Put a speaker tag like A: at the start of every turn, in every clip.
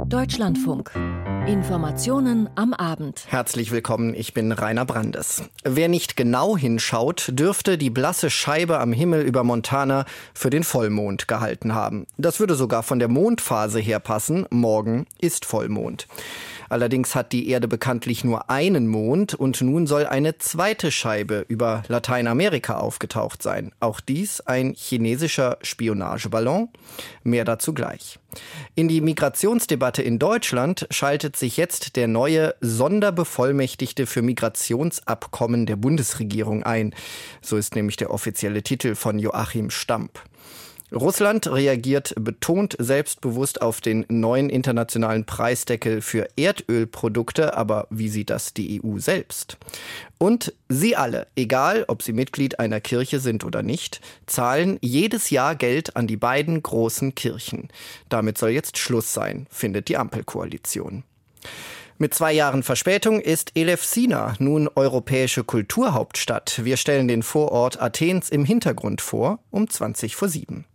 A: Deutschlandfunk. Informationen am Abend.
B: Herzlich willkommen, ich bin Rainer Brandes. Wer nicht genau hinschaut, dürfte die blasse Scheibe am Himmel über Montana für den Vollmond gehalten haben. Das würde sogar von der Mondphase her passen. Morgen ist Vollmond. Allerdings hat die Erde bekanntlich nur einen Mond und nun soll eine zweite Scheibe über Lateinamerika aufgetaucht sein. Auch dies ein chinesischer Spionageballon. Mehr dazu gleich. In die Migrationsdebatte in Deutschland schaltet sich jetzt der neue Sonderbevollmächtigte für Migrationsabkommen der Bundesregierung ein. So ist nämlich der offizielle Titel von Joachim Stamp. Russland reagiert betont selbstbewusst auf den neuen internationalen Preisdeckel für Erdölprodukte, aber wie sieht das die EU selbst? Und Sie alle, egal ob Sie Mitglied einer Kirche sind oder nicht, zahlen jedes Jahr Geld an die beiden großen Kirchen. Damit soll jetzt Schluss sein, findet die Ampelkoalition. Mit 2 Jahren Verspätung ist Elefsina nun europäische Kulturhauptstadt. Wir stellen den Vorort Athens im Hintergrund vor, um 7:20.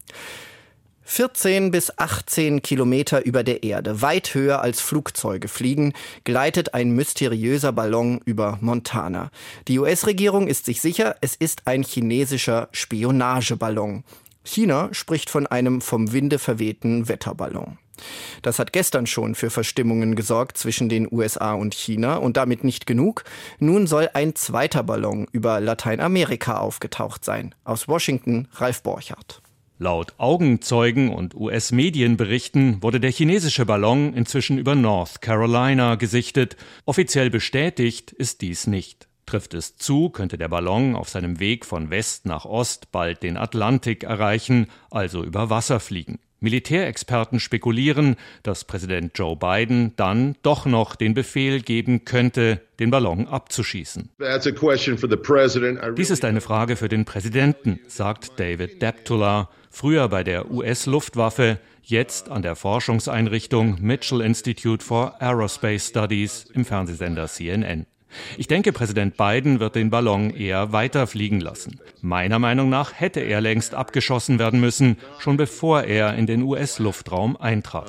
B: 14 bis 18 Kilometer über der Erde, weit höher als Flugzeuge fliegen, gleitet ein mysteriöser Ballon über Montana. Die US-Regierung ist sich sicher, es ist ein chinesischer Spionageballon. China spricht von einem vom Winde verwehten Wetterballon. Das hat gestern schon für Verstimmungen gesorgt zwischen den USA und China und damit nicht genug. Nun soll ein zweiter Ballon über Lateinamerika aufgetaucht sein. Aus Washington, Ralf Borchardt.
C: Laut Augenzeugen und US-Medienberichten wurde der chinesische Ballon inzwischen über North Carolina gesichtet. Offiziell bestätigt ist dies nicht. Trifft es zu, könnte der Ballon auf seinem Weg von West nach Ost bald den Atlantik erreichen, also über Wasser fliegen. Militärexperten spekulieren, dass Präsident Joe Biden dann doch noch den Befehl geben könnte, den Ballon abzuschießen. Dies ist eine Frage für den Präsidenten, sagt David Deptula, früher bei der US-Luftwaffe, jetzt an der Forschungseinrichtung Mitchell Institute for Aerospace Studies im Fernsehsender CNN. Ich denke, Präsident Biden wird den Ballon eher weiterfliegen lassen. Meiner Meinung nach hätte er längst abgeschossen werden müssen, schon bevor er in den US-Luftraum eintrat.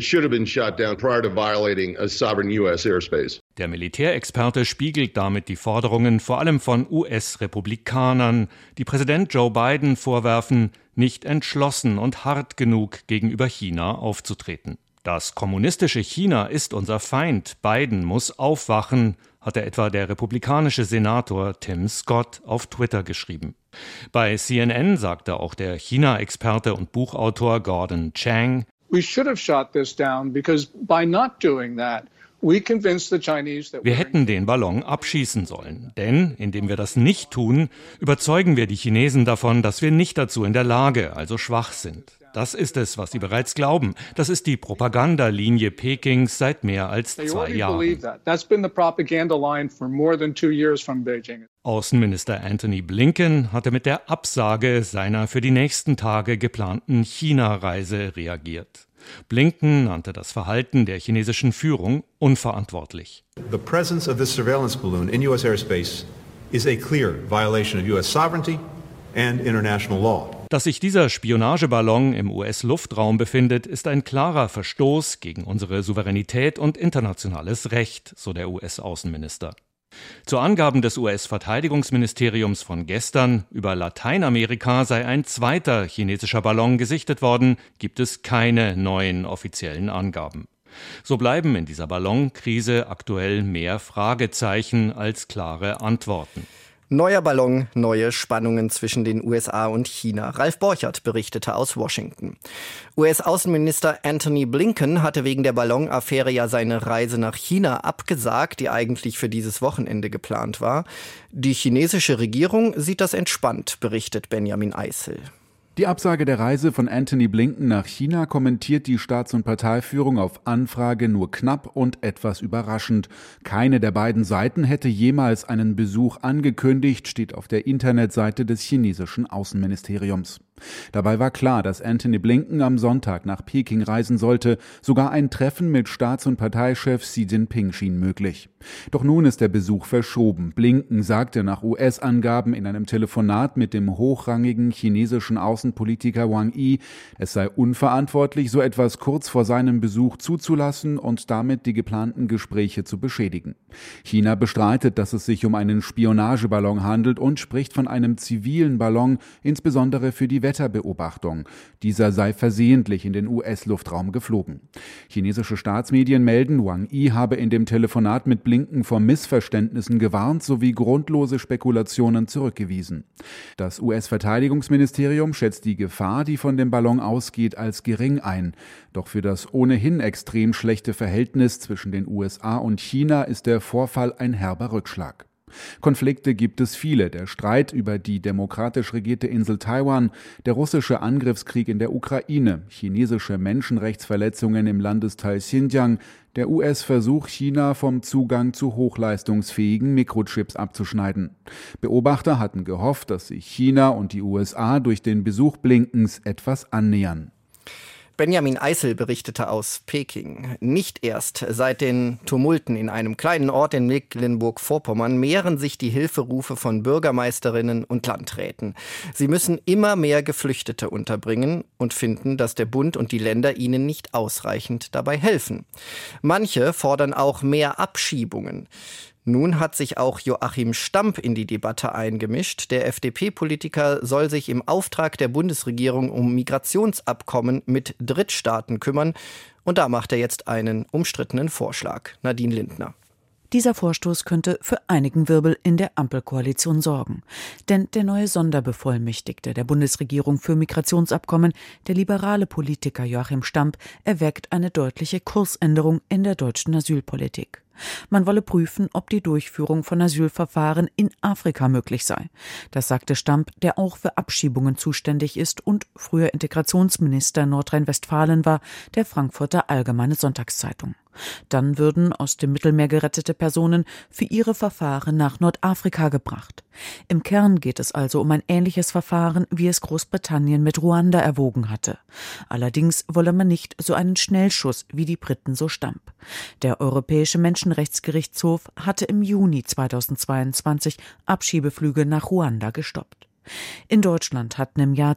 C: Der Militärexperte spiegelt damit die Forderungen vor allem von US-Republikanern, die Präsident Joe Biden vorwerfen, nicht entschlossen und hart genug gegenüber China aufzutreten. Das kommunistische China ist unser Feind. Biden muss aufwachen, hatte etwa der republikanische Senator Tim Scott auf Twitter geschrieben. Bei CNN sagte auch der China-Experte und Buchautor Gordon Chang: Wir hätten den Ballon abschießen sollen, denn indem wir das nicht tun, überzeugen wir die Chinesen davon, dass wir nicht dazu in der Lage, also schwach sind. Das ist es, was sie bereits glauben. Das ist die Propagandalinie Pekings seit mehr als 2 Jahren. Außenminister Antony Blinken hatte mit der Absage seiner für die nächsten Tage geplanten China-Reise reagiert. Blinken nannte das Verhalten der chinesischen Führung unverantwortlich.
D: The presence of this surveillance balloon in US airspace is a clear violation of US sovereignty and international law.
C: Dass sich dieser Spionageballon im US-Luftraum befindet, ist ein klarer Verstoß gegen unsere Souveränität und internationales Recht, so der US-Außenminister. Zu Angaben des US-Verteidigungsministeriums von gestern, über Lateinamerika sei ein zweiter chinesischer Ballon gesichtet worden, gibt es keine neuen offiziellen Angaben. So bleiben in dieser Ballonkrise aktuell mehr Fragezeichen als klare Antworten.
B: Neuer Ballon, neue Spannungen zwischen den USA und China. Ralf Borchardt berichtete aus Washington. US-Außenminister Antony Blinken hatte wegen der Ballonaffäre ja seine Reise nach China abgesagt, die eigentlich für dieses Wochenende geplant war. Die chinesische Regierung sieht das entspannt, berichtet Benjamin Eisel.
E: Die Absage der Reise von Antony Blinken nach China kommentiert die Staats- und Parteiführung auf Anfrage nur knapp und etwas überraschend. Keine der beiden Seiten hätte jemals einen Besuch angekündigt, steht auf der Internetseite des chinesischen Außenministeriums. Dabei war klar, dass Antony Blinken am Sonntag nach Peking reisen sollte. Sogar ein Treffen mit Staats- und Parteichef Xi Jinping schien möglich. Doch nun ist der Besuch verschoben. Blinken sagte nach US-Angaben in einem Telefonat mit dem hochrangigen chinesischen Außenpolitiker Wang Yi, es sei unverantwortlich, so etwas kurz vor seinem Besuch zuzulassen und damit die geplanten Gespräche zu beschädigen. China bestreitet, dass es sich um einen Spionageballon handelt und spricht von einem zivilen Ballon, insbesondere für die Wetterbeobachtung. Dieser sei versehentlich in den US-Luftraum geflogen. Chinesische Staatsmedien melden, Wang Yi habe in dem Telefonat mit Blinken vor Missverständnissen gewarnt sowie grundlose Spekulationen zurückgewiesen. Das US-Verteidigungsministerium schätzt die Gefahr, die von dem Ballon ausgeht, als gering ein. Doch für das ohnehin extrem schlechte Verhältnis zwischen den USA und China ist der Vorfall ein herber Rückschlag. Konflikte gibt es viele, der Streit über die demokratisch regierte Insel Taiwan, der russische Angriffskrieg in der Ukraine, chinesische Menschenrechtsverletzungen im Landesteil Xinjiang, der US-Versuch, China vom Zugang zu hochleistungsfähigen Mikrochips abzuschneiden. Beobachter hatten gehofft, dass sich China und die USA durch den Besuch Blinkens etwas annähern.
B: Benjamin Eisel berichtete aus Peking. Nicht erst seit den Tumulten in einem kleinen Ort in Mecklenburg-Vorpommern mehren sich die Hilferufe von Bürgermeisterinnen und Landräten. Sie müssen immer mehr Geflüchtete unterbringen und finden, dass der Bund und die Länder ihnen nicht ausreichend dabei helfen. Manche fordern auch mehr Abschiebungen. Nun hat sich auch Joachim Stamp in die Debatte eingemischt. Der FDP-Politiker soll sich im Auftrag der Bundesregierung um Migrationsabkommen mit Drittstaaten kümmern. Und da macht er jetzt einen umstrittenen Vorschlag. Nadine Lindner.
F: Dieser Vorstoß könnte für einigen Wirbel in der Ampelkoalition sorgen. Denn der neue Sonderbevollmächtigte der Bundesregierung für Migrationsabkommen, der liberale Politiker Joachim Stamp, erwägt eine deutliche Kursänderung in der deutschen Asylpolitik. Man wolle prüfen, ob die Durchführung von Asylverfahren in Afrika möglich sei. Das sagte Stamp, der auch für Abschiebungen zuständig ist und früher Integrationsminister Nordrhein-Westfalen war, der Frankfurter Allgemeine Sonntagszeitung. Dann würden aus dem Mittelmeer gerettete Personen für ihre Verfahren nach Nordafrika gebracht. Im Kern geht es also um ein ähnliches Verfahren, wie es Großbritannien mit Ruanda erwogen hatte. Allerdings wolle man nicht so einen Schnellschuss wie die Briten, so Stamp. Der Europäische Menschenrechtsgerichtshof hatte im Juni 2022 Abschiebeflüge nach Ruanda gestoppt. In Deutschland hatten im Jahr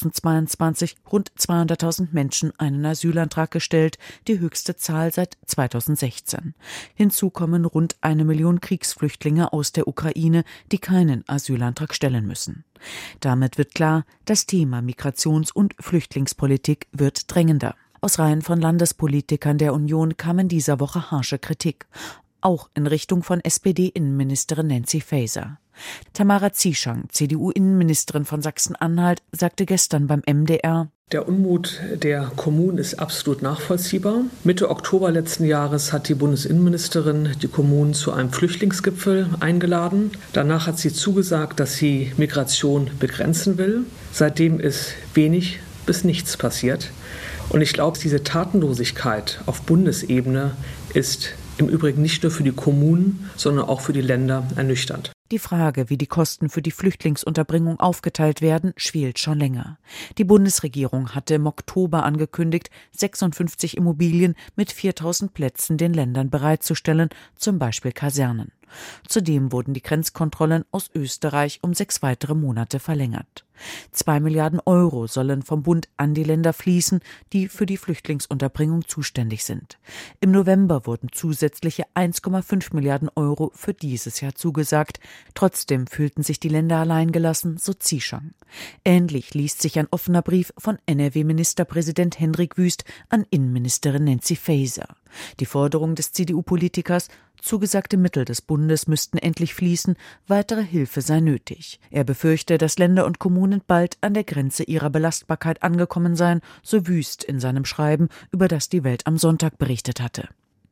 F: 2022 rund 200.000 Menschen einen Asylantrag gestellt, die höchste Zahl seit 2016. Hinzu kommen rund 1 Million Kriegsflüchtlinge aus der Ukraine, die keinen Asylantrag stellen müssen. Damit wird klar, das Thema Migrations- und Flüchtlingspolitik wird drängender. Aus Reihen von Landespolitikern der Union kam in dieser Woche harsche Kritik, auch in Richtung von SPD-Innenministerin Nancy Faeser. Tamara Zieschang, CDU-Innenministerin von Sachsen-Anhalt, sagte gestern beim MDR:
G: Der Unmut der Kommunen ist absolut nachvollziehbar. Mitte Oktober letzten Jahres hat die Bundesinnenministerin die Kommunen zu einem Flüchtlingsgipfel eingeladen. Danach hat sie zugesagt, dass sie Migration begrenzen will. Seitdem ist wenig bis nichts passiert. Und ich glaube, diese Tatenlosigkeit auf Bundesebene ist im Übrigen nicht nur für die Kommunen, sondern auch für die Länder ernüchternd.
F: Die Frage, wie die Kosten für die Flüchtlingsunterbringung aufgeteilt werden, schwelt schon länger. Die Bundesregierung hatte im Oktober angekündigt, 56 Immobilien mit 4.000 Plätzen den Ländern bereitzustellen, zum Beispiel Kasernen. Zudem wurden die Grenzkontrollen aus Österreich um 6 weitere Monate verlängert. 2 Milliarden Euro sollen vom Bund an die Länder fließen, die für die Flüchtlingsunterbringung zuständig sind. Im November wurden zusätzliche 1,5 Milliarden Euro für dieses Jahr zugesagt. Trotzdem fühlten sich die Länder alleingelassen, so Zieschang. Ähnlich liest sich ein offener Brief von NRW-Ministerpräsident Hendrik Wüst an Innenministerin Nancy Faeser. Die Forderung des CDU-Politikers: zugesagte Mittel des Bundes müssten endlich fließen, weitere Hilfe sei nötig. Er befürchte, dass Länder und Kommunen bald an der Grenze ihrer Belastbarkeit angekommen seien, so Wüst in seinem Schreiben, über das die Welt am Sonntag berichtet hatte.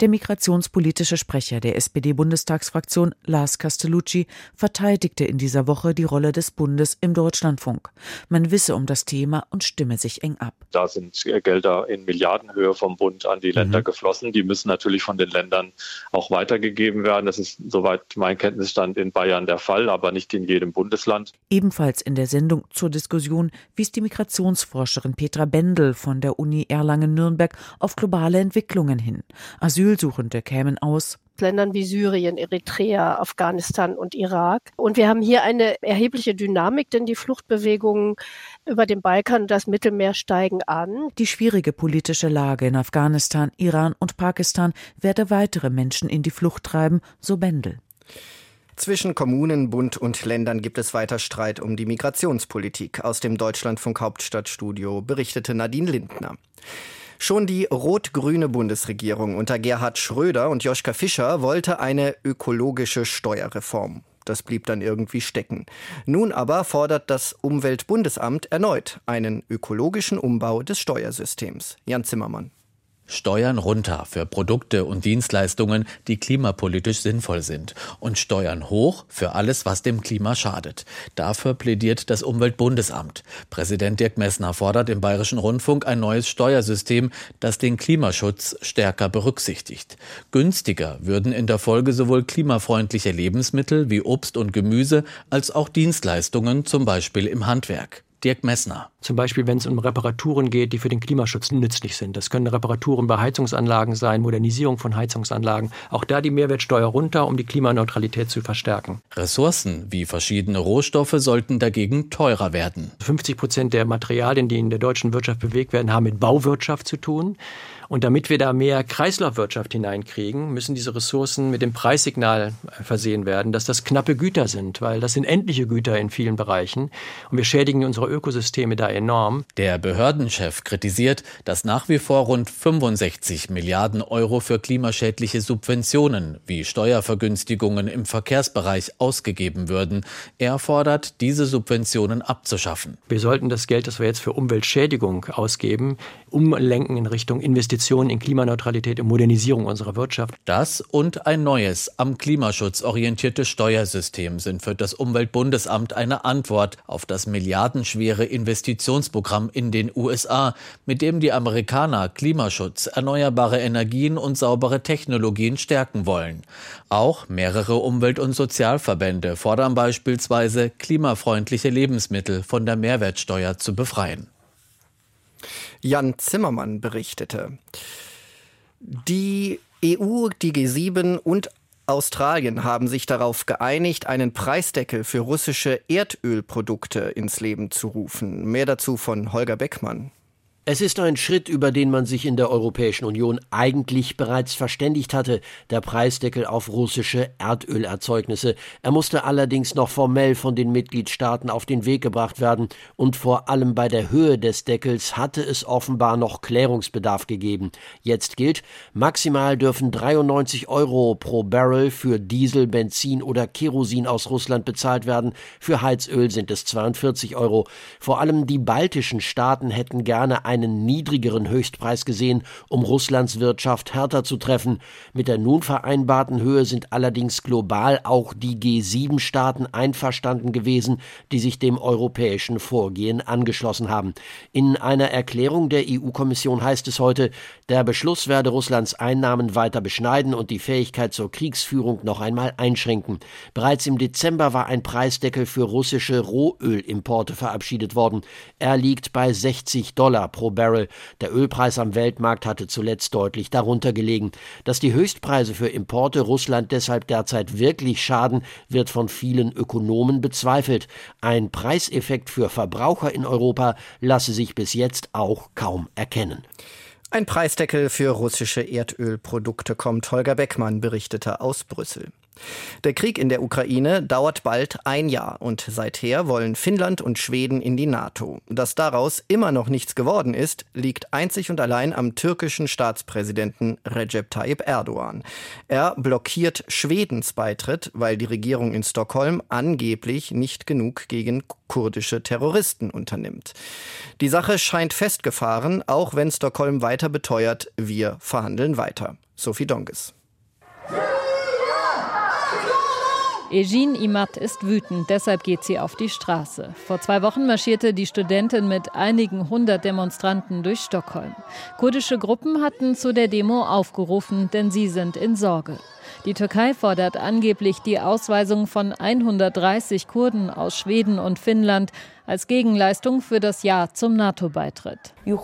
F: Der migrationspolitische Sprecher der SPD-Bundestagsfraktion, Lars Castellucci, verteidigte in dieser Woche die Rolle des Bundes im Deutschlandfunk. Man wisse um das Thema und stimme sich eng ab.
H: Da sind Gelder in Milliardenhöhe vom Bund an die Länder geflossen. Die müssen natürlich von den Ländern auch weitergegeben werden. Das ist, soweit mein Kenntnisstand, in Bayern der Fall, aber nicht in jedem Bundesland.
F: Ebenfalls in der Sendung zur Diskussion wies die Migrationsforscherin Petra Bendel von der Uni Erlangen-Nürnberg auf globale Entwicklungen hin. Asylsuchende kämen aus
I: Ländern wie Syrien, Eritrea, Afghanistan und Irak. Und wir haben hier eine erhebliche Dynamik, denn die Fluchtbewegungen über den Balkan und das Mittelmeer steigen an.
F: Die schwierige politische Lage in Afghanistan, Iran und Pakistan werde weitere Menschen in die Flucht treiben, so Bendel.
B: Zwischen Kommunen, Bund und Ländern gibt es weiter Streit um die Migrationspolitik. Aus dem Deutschlandfunk Hauptstadtstudio berichtete Nadine Lindner. Schon die rot-grüne Bundesregierung unter Gerhard Schröder und Joschka Fischer wollte eine ökologische Steuerreform. Das blieb dann irgendwie stecken. Nun aber fordert das Umweltbundesamt erneut einen ökologischen Umbau des Steuersystems. Jan Zimmermann.
J: Steuern runter für Produkte und Dienstleistungen, die klimapolitisch sinnvoll sind. Und Steuern hoch für alles, was dem Klima schadet. Dafür plädiert das Umweltbundesamt. Präsident Dirk Messner fordert im Bayerischen Rundfunk ein neues Steuersystem, das den Klimaschutz stärker berücksichtigt. Günstiger würden in der Folge sowohl klimafreundliche Lebensmittel wie Obst und Gemüse als auch Dienstleistungen, zum Beispiel im Handwerk. Dirk Messner.
K: Zum Beispiel, wenn es um Reparaturen geht, die für den Klimaschutz nützlich sind. Das können Reparaturen bei Heizungsanlagen sein, Modernisierung von Heizungsanlagen. Auch da die Mehrwertsteuer runter, um die Klimaneutralität zu verstärken.
J: Ressourcen wie verschiedene Rohstoffe sollten dagegen teurer werden.
K: 50% der Materialien, die in der deutschen Wirtschaft bewegt werden, haben mit Bauwirtschaft zu tun. Und damit wir da mehr Kreislaufwirtschaft hineinkriegen, müssen diese Ressourcen mit dem Preissignal versehen werden, dass das knappe Güter sind, weil das sind endliche Güter in vielen Bereichen. Und wir schädigen unsere Ökosysteme da enorm.
J: Der Behördenchef kritisiert, dass nach wie vor rund 65 Milliarden Euro für klimaschädliche Subventionen wie Steuervergünstigungen im Verkehrsbereich ausgegeben würden. Er fordert, diese Subventionen abzuschaffen.
K: Wir sollten das Geld, das wir jetzt für Umweltschädigung ausgeben, umlenken in Richtung Investitionen in Klimaneutralität und Modernisierung unserer Wirtschaft.
J: Das und ein neues, am Klimaschutz orientiertes Steuersystem sind für das Umweltbundesamt eine Antwort auf das milliardenschwere Investitionsprogramm in den USA, mit dem die Amerikaner Klimaschutz, erneuerbare Energien und saubere Technologien stärken wollen. Auch mehrere Umwelt- und Sozialverbände fordern beispielsweise, klimafreundliche Lebensmittel von der Mehrwertsteuer zu befreien.
B: Jan Zimmermann berichtete. Die EU, die G7 und Australien haben sich darauf geeinigt, einen Preisdeckel für russische Erdölprodukte ins Leben zu rufen. Mehr dazu von Holger Beckmann.
L: Es ist ein Schritt, über den man sich in der Europäischen Union eigentlich bereits verständigt hatte, der Preisdeckel auf russische Erdölerzeugnisse. Er musste allerdings noch formell von den Mitgliedstaaten auf den Weg gebracht werden und vor allem bei der Höhe des Deckels hatte es offenbar noch Klärungsbedarf gegeben. Jetzt gilt, maximal dürfen 93 € pro Barrel für Diesel, Benzin oder Kerosin aus Russland bezahlt werden. Für Heizöl sind es 42 €. Vor allem die baltischen Staaten hätten gerne einen niedrigeren Höchstpreis gesehen, um Russlands Wirtschaft härter zu treffen. Mit der nun vereinbarten Höhe sind allerdings global auch die G7-Staaten einverstanden gewesen, die sich dem europäischen Vorgehen angeschlossen haben. In einer Erklärung der EU-Kommission heißt es heute, der Beschluss werde Russlands Einnahmen weiter beschneiden und die Fähigkeit zur Kriegsführung noch einmal einschränken. Bereits im Dezember war ein Preisdeckel für russische Rohölimporte verabschiedet worden. Er liegt bei $60 pro Barrel. Der Ölpreis am Weltmarkt hatte zuletzt deutlich darunter gelegen. Dass die Höchstpreise für Importe Russland deshalb derzeit wirklich schaden, wird von vielen Ökonomen bezweifelt. Ein Preiseffekt für Verbraucher in Europa lasse sich bis jetzt auch kaum erkennen.
B: Ein Preisdeckel für russische Erdölprodukte kommt. Holger Beckmann berichtete aus Brüssel. Der Krieg in der Ukraine dauert bald ein Jahr und seither wollen Finnland und Schweden in die NATO. Dass daraus immer noch nichts geworden ist, liegt einzig und allein am türkischen Staatspräsidenten Recep Tayyip Erdogan. Er blockiert Schwedens Beitritt, weil die Regierung in Stockholm angeblich nicht genug gegen kurdische Terroristen unternimmt. Die Sache scheint festgefahren, auch wenn Stockholm weiter beteuert, wir verhandeln weiter. Sophie Donges.
M: Egin Imad ist wütend, deshalb geht sie auf die Straße. Vor 2 Wochen marschierte die Studentin mit einigen 100 Demonstranten durch Stockholm. Kurdische Gruppen hatten zu der Demo aufgerufen, denn sie sind in Sorge. Die Türkei fordert angeblich die Ausweisung von 130 Kurden aus Schweden und Finnland als Gegenleistung für das Ja zum NATO-Beitritt.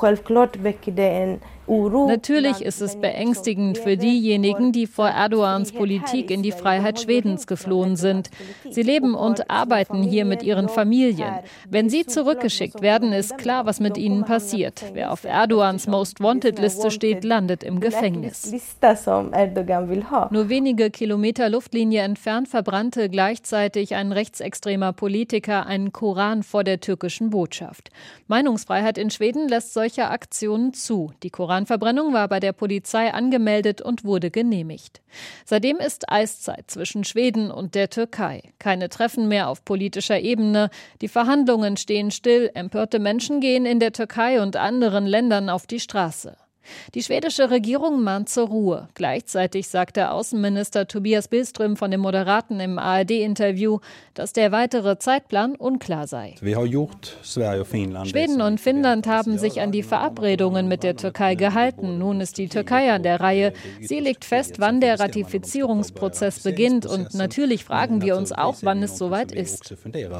M: Natürlich ist es beängstigend für diejenigen, die vor Erdogans Politik in die Freiheit Schwedens geflohen sind. Sie leben und arbeiten hier mit ihren Familien. Wenn sie zurückgeschickt werden, ist klar, was mit ihnen passiert. Wer auf Erdogans Most-Wanted-Liste steht, landet im Gefängnis. Nur wenige Kilometer Luftlinie entfernt verbrannte gleichzeitig ein rechtsextremer Politiker einen Koran vor der türkischen Botschaft. Meinungsfreiheit in Schweden lässt solche Aktionen zu. Die Koranverbrennung war bei der Polizei angemeldet und wurde genehmigt. Seitdem ist Eiszeit zwischen Schweden und der Türkei. Keine Treffen mehr auf politischer Ebene. Die Verhandlungen stehen still. Empörte Menschen gehen in der Türkei und anderen Ländern auf die Straße. Die schwedische Regierung mahnt zur Ruhe. Gleichzeitig sagte Außenminister Tobias Billström von den Moderaten im ARD-Interview, dass der weitere Zeitplan unklar sei. Schweden und Finnland haben sich an die Verabredungen mit der Türkei gehalten. Nun ist die Türkei an der Reihe. Sie legt fest, wann der Ratifizierungsprozess beginnt. Und natürlich fragen wir uns auch, wann es soweit ist.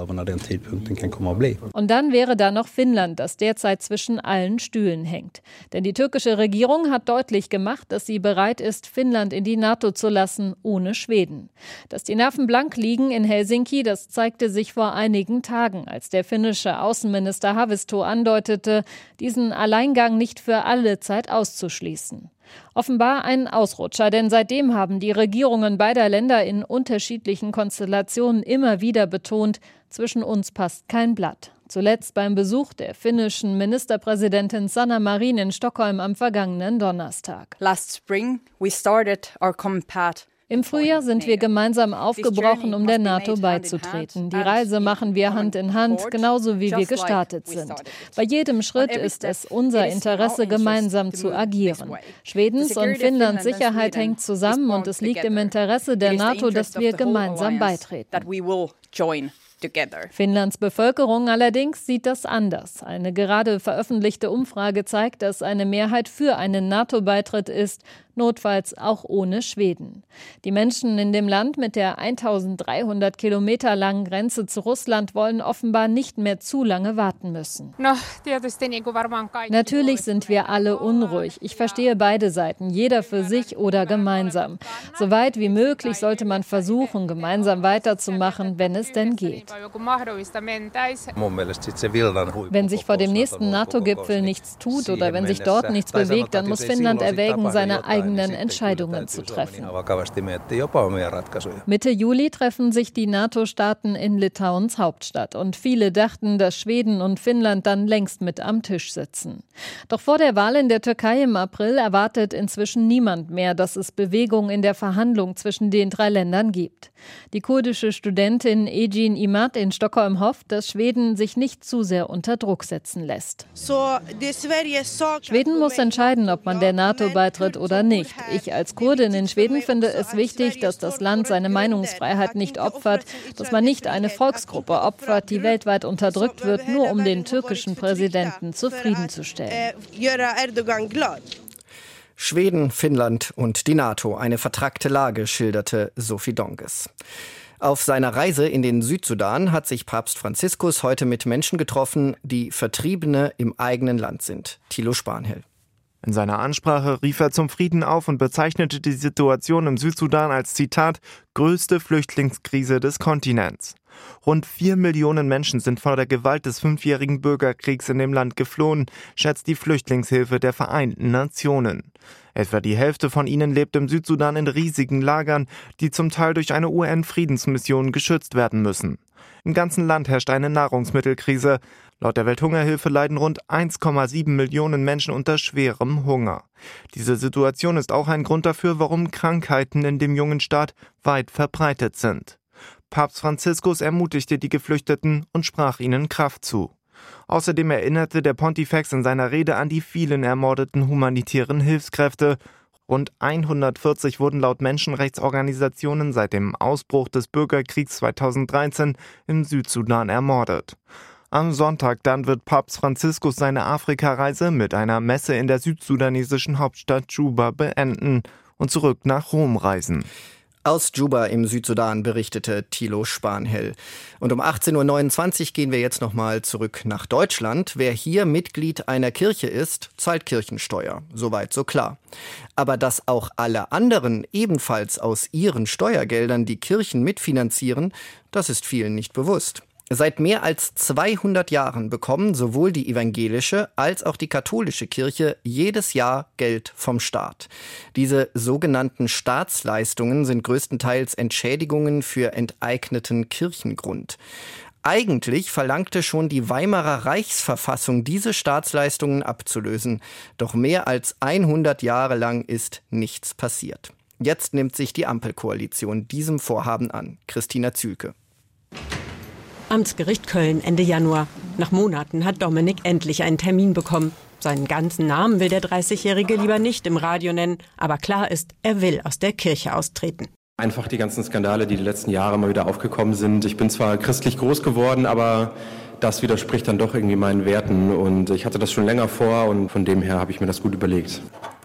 M: Und dann wäre da noch Finnland, das derzeit zwischen allen Stühlen hängt. Denn die türkische Regierung hat deutlich gemacht, dass sie bereit ist, Finnland in die NATO zu lassen, ohne Schweden. Dass die Nerven blank liegen in Helsinki, das zeigte sich vor einigen Tagen, als der finnische Außenminister Haavisto andeutete, diesen Alleingang nicht für alle Zeit auszuschließen. Offenbar ein Ausrutscher, denn seitdem haben die Regierungen beider Länder in unterschiedlichen Konstellationen immer wieder betont, zwischen uns passt kein Blatt. Zuletzt beim Besuch der finnischen Ministerpräsidentin Sanna Marin in Stockholm am vergangenen Donnerstag. Im Frühjahr sind wir gemeinsam aufgebrochen, um der NATO beizutreten. Die Reise machen wir Hand in Hand, genauso wie wir gestartet sind. Bei jedem Schritt ist es unser Interesse, gemeinsam zu agieren. Schwedens und Finnlands Sicherheit hängt zusammen und es liegt im Interesse der NATO, dass wir gemeinsam beitreten. Finnlands Bevölkerung allerdings sieht das anders. Eine gerade veröffentlichte Umfrage zeigt, dass eine Mehrheit für einen NATO-Beitritt ist, notfalls auch ohne Schweden. Die Menschen in dem Land mit der 1300 Kilometer langen Grenze zu Russland wollen offenbar nicht mehr zu lange warten müssen. Natürlich sind wir alle unruhig. Ich verstehe beide Seiten, jeder für sich oder gemeinsam. So weit wie möglich sollte man versuchen, gemeinsam weiterzumachen, wenn es denn geht. Wenn sich vor dem nächsten NATO-Gipfel nichts tut oder wenn sich dort nichts bewegt, dann muss Finnland erwägen, seine eigenen Entscheidungen zu treffen. Mitte Juli treffen sich die NATO-Staaten in Litauens Hauptstadt und viele dachten, dass Schweden und Finnland dann längst mit am Tisch sitzen. Doch vor der Wahl in der Türkei im April erwartet inzwischen niemand mehr, dass es Bewegung in der Verhandlung zwischen den 3 Ländern gibt. Die kurdische Studentin Egin Imad in Stockholm hofft, dass Schweden sich nicht zu sehr unter Druck setzen lässt. Schweden muss entscheiden, ob man der NATO beitritt oder nicht. Ich als Kurdin in Schweden finde es wichtig, dass das Land seine Meinungsfreiheit nicht opfert, dass man nicht eine Volksgruppe opfert, die weltweit unterdrückt wird, nur um den türkischen Präsidenten zufriedenzustellen.
B: Schweden, Finnland und die NATO. Eine vertrackte Lage, schilderte Sophie Donges. Auf seiner Reise in den Südsudan hat sich Papst Franziskus heute mit Menschen getroffen, die Vertriebene im eigenen Land sind. Thilo Spanhel.
N: In seiner Ansprache rief er zum Frieden auf und bezeichnete die Situation im Südsudan als, Zitat, größte Flüchtlingskrise des Kontinents. Rund 4 Millionen Menschen sind vor der Gewalt des 5-jährigen Bürgerkriegs in dem Land geflohen, schätzt die Flüchtlingshilfe der Vereinten Nationen. Etwa die Hälfte von ihnen lebt im Südsudan in riesigen Lagern, die zum Teil durch eine UN-Friedensmission geschützt werden müssen. Im ganzen Land herrscht eine Nahrungsmittelkrise. Laut der Welthungerhilfe leiden rund 1,7 Millionen Menschen unter schwerem Hunger. Diese Situation ist auch ein Grund dafür, warum Krankheiten in dem jungen Staat weit verbreitet sind. Papst Franziskus ermutigte die Geflüchteten und sprach ihnen Kraft zu. Außerdem erinnerte der Pontifex in seiner Rede an die vielen ermordeten humanitären Hilfskräfte. Rund 140 wurden laut Menschenrechtsorganisationen seit dem Ausbruch des Bürgerkriegs 2013 im Südsudan ermordet. Am Sonntag dann wird Papst Franziskus seine Afrikareise mit einer Messe in der südsudanesischen Hauptstadt Juba beenden und zurück nach Rom reisen.
B: Aus Juba im Südsudan berichtete Thilo Spanhell. Und um 18.29 Uhr gehen wir jetzt nochmal zurück nach Deutschland. Wer hier Mitglied einer Kirche ist, zahlt Kirchensteuer. Soweit so klar. Aber dass auch alle anderen ebenfalls aus ihren Steuergeldern die Kirchen mitfinanzieren, das ist vielen nicht bewusst. Seit mehr als 200 Jahren bekommen sowohl die evangelische als auch die katholische Kirche jedes Jahr Geld vom Staat. Diese sogenannten Staatsleistungen sind größtenteils Entschädigungen für enteigneten Kirchengrund. Eigentlich verlangte schon die Weimarer Reichsverfassung, diese Staatsleistungen abzulösen. Doch mehr als 100 Jahre lang ist nichts passiert. Jetzt nimmt sich die Ampelkoalition diesem Vorhaben an. Christina Zühlke.
O: Amtsgericht Köln Ende Januar. Nach Monaten hat Dominik endlich einen Termin bekommen. Seinen ganzen Namen will der 30-Jährige lieber nicht im Radio nennen. Aber klar ist, er will aus der Kirche austreten.
P: Einfach die ganzen Skandale, die letzten Jahre mal wieder aufgekommen sind. Ich bin zwar christlich groß geworden, aber das widerspricht dann doch irgendwie meinen Werten. Und ich hatte das schon länger vor und von dem her habe ich mir das gut überlegt.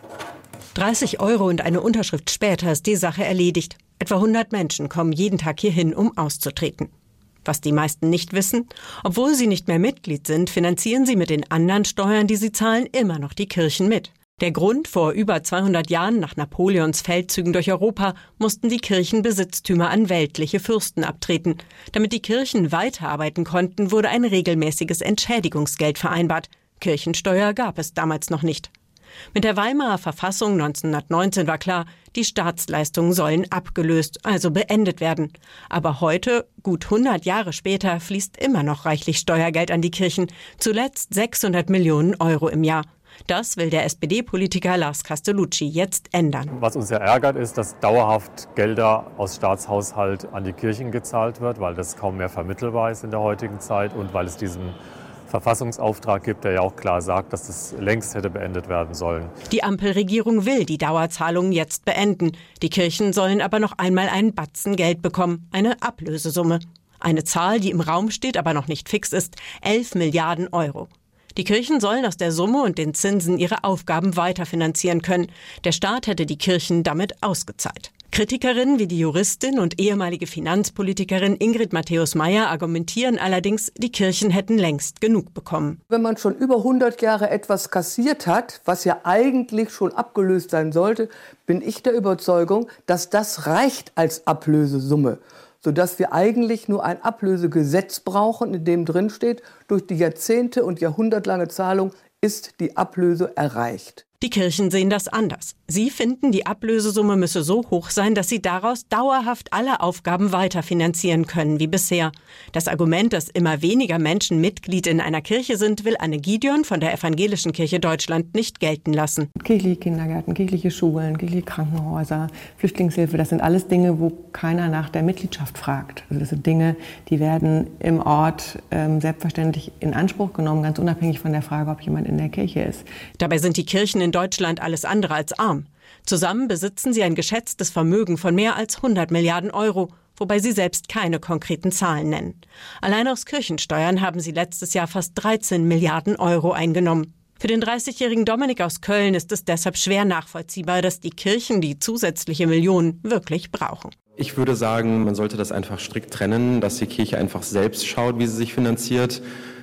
O: 30 € und eine Unterschrift später ist die Sache erledigt. Etwa 100 Menschen kommen jeden Tag hierhin, um auszutreten. Was die meisten nicht wissen, obwohl sie nicht mehr Mitglied sind, finanzieren sie mit den anderen Steuern, die sie zahlen, immer noch die Kirchen mit. Der Grund: vor über 200 Jahren nach Napoleons Feldzügen durch Europa mussten die Kirchen Besitztümer an weltliche Fürsten abtreten. Damit die Kirchen weiterarbeiten konnten, wurde ein regelmäßiges Entschädigungsgeld vereinbart. Kirchensteuer gab es damals noch nicht. Mit der Weimarer Verfassung 1919 war klar, die Staatsleistungen sollen abgelöst, also beendet werden. Aber heute, gut 100 Jahre später, fließt immer noch reichlich Steuergeld an die Kirchen, zuletzt 600 Millionen € im Jahr. Das will der SPD-Politiker Lars Castellucci jetzt ändern.
Q: Was uns ja ärgert, ist, dass dauerhaft Gelder aus Staatshaushalt an die Kirchen gezahlt wird, weil das kaum mehr vermittelbar ist in der heutigen Zeit und weil es diesen Verfassungsauftrag gibt, der ja auch klar sagt, dass das längst hätte beendet werden sollen.
O: Die Ampelregierung will die Dauerzahlungen jetzt beenden. Die Kirchen sollen aber noch einmal einen Batzen Geld bekommen, eine Ablösesumme. Eine Zahl, die im Raum steht, aber noch nicht fix ist: 11 Milliarden €. Die Kirchen sollen aus der Summe und den Zinsen ihre Aufgaben weiterfinanzieren können. Der Staat hätte die Kirchen damit ausgezahlt. Kritikerinnen wie die Juristin und ehemalige Finanzpolitikerin Ingrid Matthäus-Maier argumentieren allerdings, die Kirchen hätten längst genug bekommen.
R: Wenn man schon über 100 Jahre etwas kassiert hat, was ja eigentlich schon abgelöst sein sollte, bin ich der Überzeugung, dass das reicht als Ablösesumme, sodass wir eigentlich nur ein Ablösegesetz brauchen, in dem drin steht, durch die Jahrzehnte und jahrhundertlange Zahlung ist die Ablöse erreicht.
O: Die Kirchen sehen das anders. Sie finden, die Ablösesumme müsse so hoch sein, dass sie daraus dauerhaft alle Aufgaben weiterfinanzieren können wie bisher. Das Argument, dass immer weniger Menschen Mitglied in einer Kirche sind, will Anne Gideon von der Evangelischen Kirche Deutschland nicht gelten lassen.
S: Kirchliche Kindergärten, kirchliche Schulen, kirchliche Krankenhäuser, Flüchtlingshilfe, das sind alles Dinge, wo keiner nach der Mitgliedschaft fragt. Also das sind Dinge, die werden im Ort selbstverständlich in Anspruch genommen, ganz unabhängig von der Frage, ob jemand in der Kirche ist.
O: Dabei sind die Kirchen in Deutschland alles andere als arm. Zusammen besitzen sie ein geschätztes Vermögen von mehr als 100 Milliarden €, wobei sie selbst keine konkreten Zahlen nennen. Allein aus Kirchensteuern haben sie letztes Jahr fast 13 Milliarden € eingenommen. Für den 30-jährigen Dominik aus Köln ist es deshalb schwer nachvollziehbar, dass die Kirchen die zusätzliche Millionen wirklich brauchen.
P: Ich würde sagen, man sollte das einfach strikt trennen, dass die Kirche einfach selbst schaut, wie sie sich finanziert.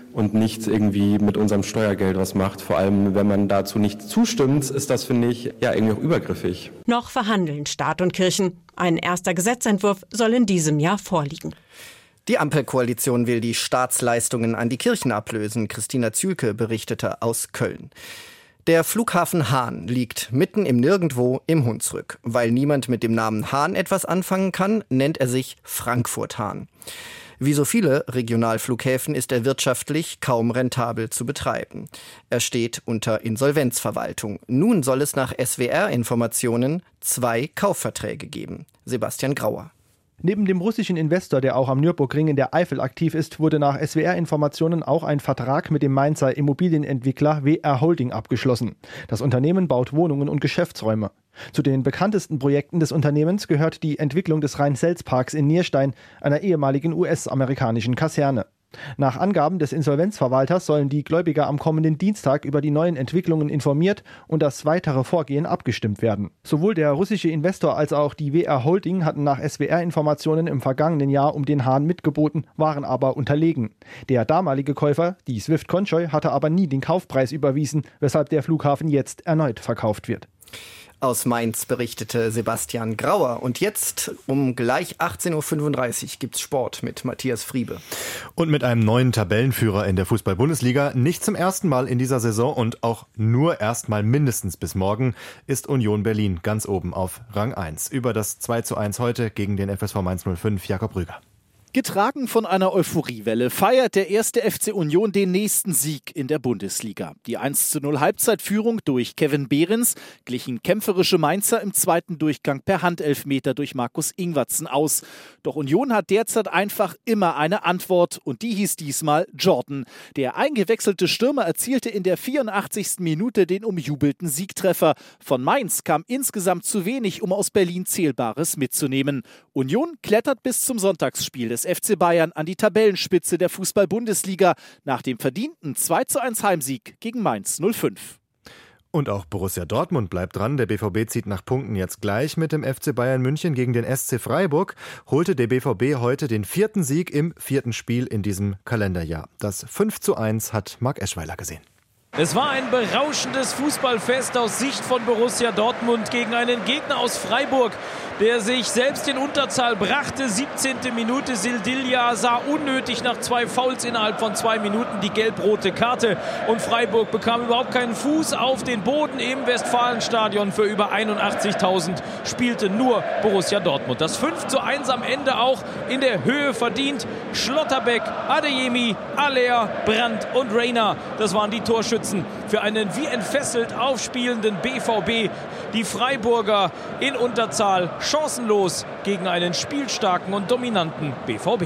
P: und nicht irgendwie mit unserem Steuergeld was macht. Vor allem, wenn man dazu nicht zustimmt, ist das, finde ich, ja irgendwie auch übergriffig.
O: Noch verhandeln Staat und Kirchen. Ein erster Gesetzentwurf soll in diesem Jahr vorliegen.
B: Die Ampelkoalition will die Staatsleistungen an die Kirchen ablösen. Christina Zühlke berichtete aus Köln. Der Flughafen Hahn liegt mitten im Nirgendwo im Hunsrück. Weil niemand mit dem Namen Hahn etwas anfangen kann, nennt er sich Frankfurt Hahn. Wie so viele Regionalflughäfen ist er wirtschaftlich kaum rentabel zu betreiben. Er steht unter Insolvenzverwaltung. Nun soll es nach SWR-Informationen 2 Kaufverträge geben. Sebastian Grauer.
T: Neben dem russischen Investor, der auch am Nürburgring in der Eifel aktiv ist, wurde nach SWR-Informationen auch ein Vertrag mit dem Mainzer Immobilienentwickler WR Holding abgeschlossen. Das Unternehmen baut Wohnungen und Geschäftsräume. Zu den bekanntesten Projekten des Unternehmens gehört die Entwicklung des Rhein-Selz-Parks in Nierstein, einer ehemaligen US-amerikanischen Kaserne. Nach Angaben des Insolvenzverwalters sollen die Gläubiger am kommenden Dienstag über die neuen Entwicklungen informiert und das weitere Vorgehen abgestimmt werden. Sowohl der russische Investor als auch die WR Holding hatten nach SWR-Informationen im vergangenen Jahr um den Hahn mitgeboten, waren aber unterlegen. Der damalige Käufer, die Swift Conchoy, hatte aber nie den Kaufpreis überwiesen, weshalb der Flughafen jetzt erneut verkauft wird.
B: Aus Mainz berichtete Sebastian Grauer. Und jetzt um gleich 18.35 Uhr gibt's Sport mit Matthias Friebe.
U: Und mit einem neuen Tabellenführer in der Fußball-Bundesliga, nicht zum ersten Mal in dieser Saison und auch nur erstmal mindestens bis morgen, ist Union Berlin ganz oben auf Rang 1. Über das 2:1 heute gegen den FSV Mainz 05, Jakob Rüger.
V: Getragen von einer Euphoriewelle feiert der 1. FC Union den nächsten Sieg in der Bundesliga. Die 1:0 Halbzeitführung durch Kevin Behrens glichen kämpferische Mainzer im zweiten Durchgang per Handelfmeter durch Markus Ingwertsen aus. Doch Union hat derzeit einfach immer eine Antwort und die hieß diesmal Jordan. Der eingewechselte Stürmer erzielte in der 84. Minute den umjubelten Siegtreffer. Von Mainz kam insgesamt zu wenig, um aus Berlin Zählbares mitzunehmen. Union klettert bis zum Sonntagsspiel des FC Bayern an die Tabellenspitze der Fußball-Bundesliga nach dem verdienten 2:1 Heimsieg gegen Mainz 05.
U: Und auch Borussia Dortmund bleibt dran. Der BVB zieht nach Punkten jetzt gleich mit dem FC Bayern München gegen den SC Freiburg. Holte der BVB heute den 4. Sieg im 4. Spiel in diesem Kalenderjahr. Das 5:1 hat Marc Eschweiler gesehen.
W: Es war ein berauschendes Fußballfest aus Sicht von Borussia Dortmund gegen einen Gegner aus Freiburg, der sich selbst in Unterzahl brachte. 17. Minute, Sildilja sah unnötig nach 2 Fouls innerhalb von 2 Minuten die gelb-rote Karte. Und Freiburg bekam überhaupt keinen Fuß auf den Boden im Westfalenstadion. Für über 81.000 spielte nur Borussia Dortmund. Das 5:1 am Ende auch in der Höhe verdient. Schlotterbeck, Adeyemi, Aller, Brandt und Reina, das waren die Torschützen für einen wie entfesselt aufspielenden BVB. Die Freiburger in Unterzahl chancenlos gegen einen spielstarken und dominanten BVB.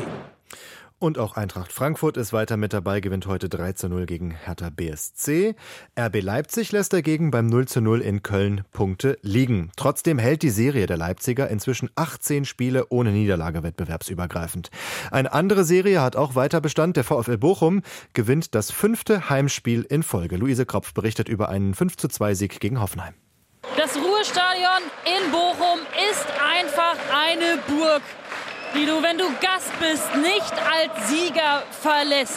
U: Und auch Eintracht Frankfurt ist weiter mit dabei, gewinnt heute 3:0 gegen Hertha BSC. RB Leipzig lässt dagegen beim 0:0 in Köln Punkte liegen. Trotzdem hält die Serie der Leipziger inzwischen 18 Spiele ohne Niederlage wettbewerbsübergreifend. Eine andere Serie hat auch weiter Bestand. Der VfL Bochum gewinnt das 5. Heimspiel in Folge. Luise Kropf berichtet über einen 5:2 Sieg gegen Hoffenheim.
X: Das Ruhrstadion in Bochum ist einfach eine Burg, die du, wenn du Gast bist, nicht als Sieger verlässt.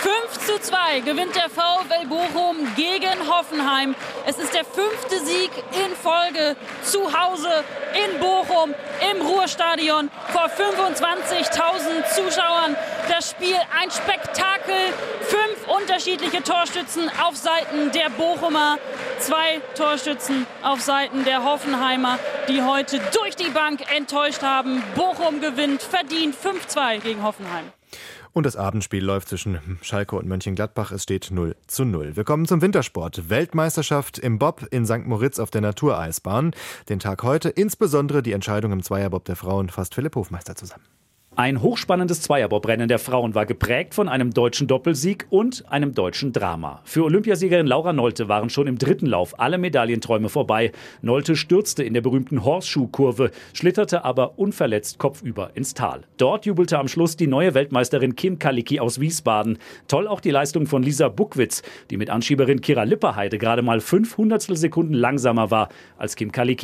X: 5:2 gewinnt der VfL Bochum gegen Hoffenheim. Es ist der 5. Sieg in Folge zu Hause in Bochum im Ruhrstadion vor 25.000 Zuschauern. Das Spiel ein Spektakel. 5 unterschiedliche Torschützen auf Seiten der Bochumer, 2 Torschützen auf Seiten der Hoffenheimer, die heute durch die Bank enttäuscht haben. Bochum gewinnt verdient 5:2 gegen Hoffenheim.
U: Und das Abendspiel läuft zwischen Schalke und Mönchengladbach. Es steht 0:0. Wir kommen zum Wintersport. Weltmeisterschaft im Bob in St. Moritz auf der Natureisbahn. Den Tag heute, insbesondere die Entscheidung im Zweierbob der Frauen, fasst Philipp Hofmeister zusammen.
Y: Ein hochspannendes Zweierbob-Rennen der Frauen war geprägt von einem deutschen Doppelsieg und einem deutschen Drama. Für Olympiasiegerin Laura Nolte waren schon im 3. Lauf alle Medaillenträume vorbei. Nolte stürzte in der berühmten Horseshoe-Kurve, schlitterte aber unverletzt kopfüber ins Tal. Dort jubelte am Schluss die neue Weltmeisterin Kim Kalicki aus Wiesbaden. Toll auch die Leistung von Lisa Buckwitz, die mit Anschieberin Kira Lipperheide gerade mal 5 Hundertstelsekunden langsamer war als Kim Kalicki.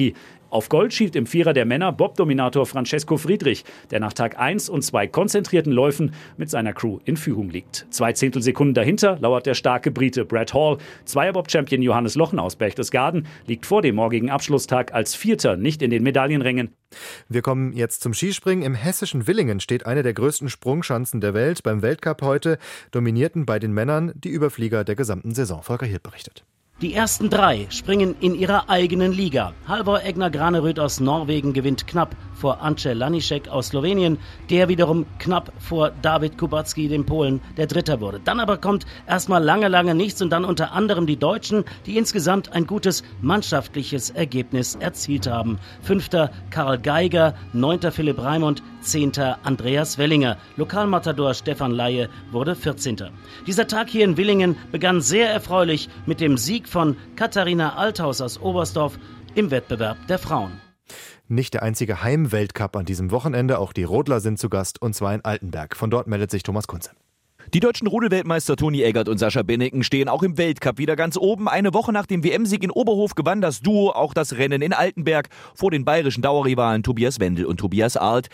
Y: Auf Gold schielt im Vierer der Männer Bob-Dominator Francesco Friedrich, der nach Tag 1 und 2 konzentrierten Läufen mit seiner Crew in Führung liegt. 2 Zehntelsekunden dahinter lauert der starke Brite Brad Hall. Zweierbob-Champion Johannes Lochen aus Berchtesgaden liegt vor dem morgigen Abschlusstag als Vierter nicht in den Medaillenrängen.
U: Wir kommen jetzt zum Skispringen. Im hessischen Willingen steht eine der größten Sprungschanzen der Welt. Beim Weltcup heute dominierten bei den Männern die Überflieger der gesamten Saison. Volker Hirt berichtet.
A: Die ersten 3 springen in ihrer eigenen Liga. Halvor Egner Granerud aus Norwegen gewinnt knapp vor Ance Lanišek aus Slowenien, der wiederum knapp vor David Kubacki, dem Polen, der Dritter wurde. Dann aber kommt erstmal lange nichts und dann unter anderem die Deutschen, die insgesamt ein gutes mannschaftliches Ergebnis erzielt haben. 5. Karl Geiger, 9. Philipp Raimund, 10. Andreas Wellinger. Lokalmatador Stefan Laie wurde 14. Dieser Tag hier in Willingen begann sehr erfreulich mit dem Sieg von Katharina Althaus aus Oberstdorf im Wettbewerb der Frauen.
U: Nicht der einzige Heimweltcup an diesem Wochenende, auch die Rodler sind zu Gast und zwar in Altenberg. Von dort meldet sich Thomas Kunze.
C: Die deutschen Rodelweltmeister Toni Eggert und Sascha Benneken stehen auch im Weltcup wieder ganz oben. Eine Woche nach dem WM-Sieg in Oberhof gewann das Duo auch das Rennen in Altenberg vor den bayerischen Dauerrivalen Tobias Wendel und Tobias Arlt.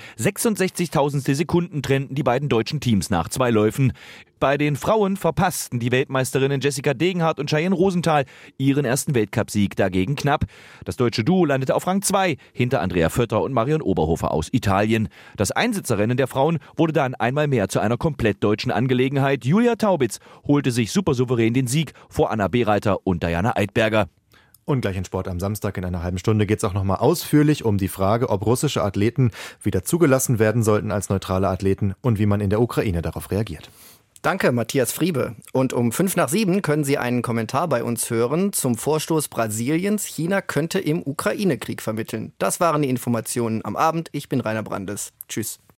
C: 66.000 Sekunden trennten die beiden deutschen Teams nach 2 Läufen. Bei den Frauen verpassten die Weltmeisterinnen Jessica Degenhardt und Cheyenne Rosenthal ihren ersten Weltcupsieg dagegen knapp. Das deutsche Duo landete auf Rang 2 hinter Andrea Vötter und Marion Oberhofer aus Italien. Das Einsitzerrennen der Frauen wurde dann einmal mehr zu einer komplett deutschen Angelegenheit. Julia Taubitz holte sich supersouverän den Sieg vor Anna Bereiter und Diana Eidberger.
U: Und gleich in Sport am Samstag in einer halben Stunde geht es auch nochmal ausführlich um die Frage, ob russische Athleten wieder zugelassen werden sollten als neutrale Athleten und wie man in der Ukraine darauf reagiert.
B: Danke, Matthias Friebe. Und um 6:55 können Sie einen Kommentar bei uns hören zum Vorstoß Brasiliens. China könnte im Ukraine-Krieg vermitteln. Das waren die Informationen am Abend. Ich bin Rainer Brandes. Tschüss.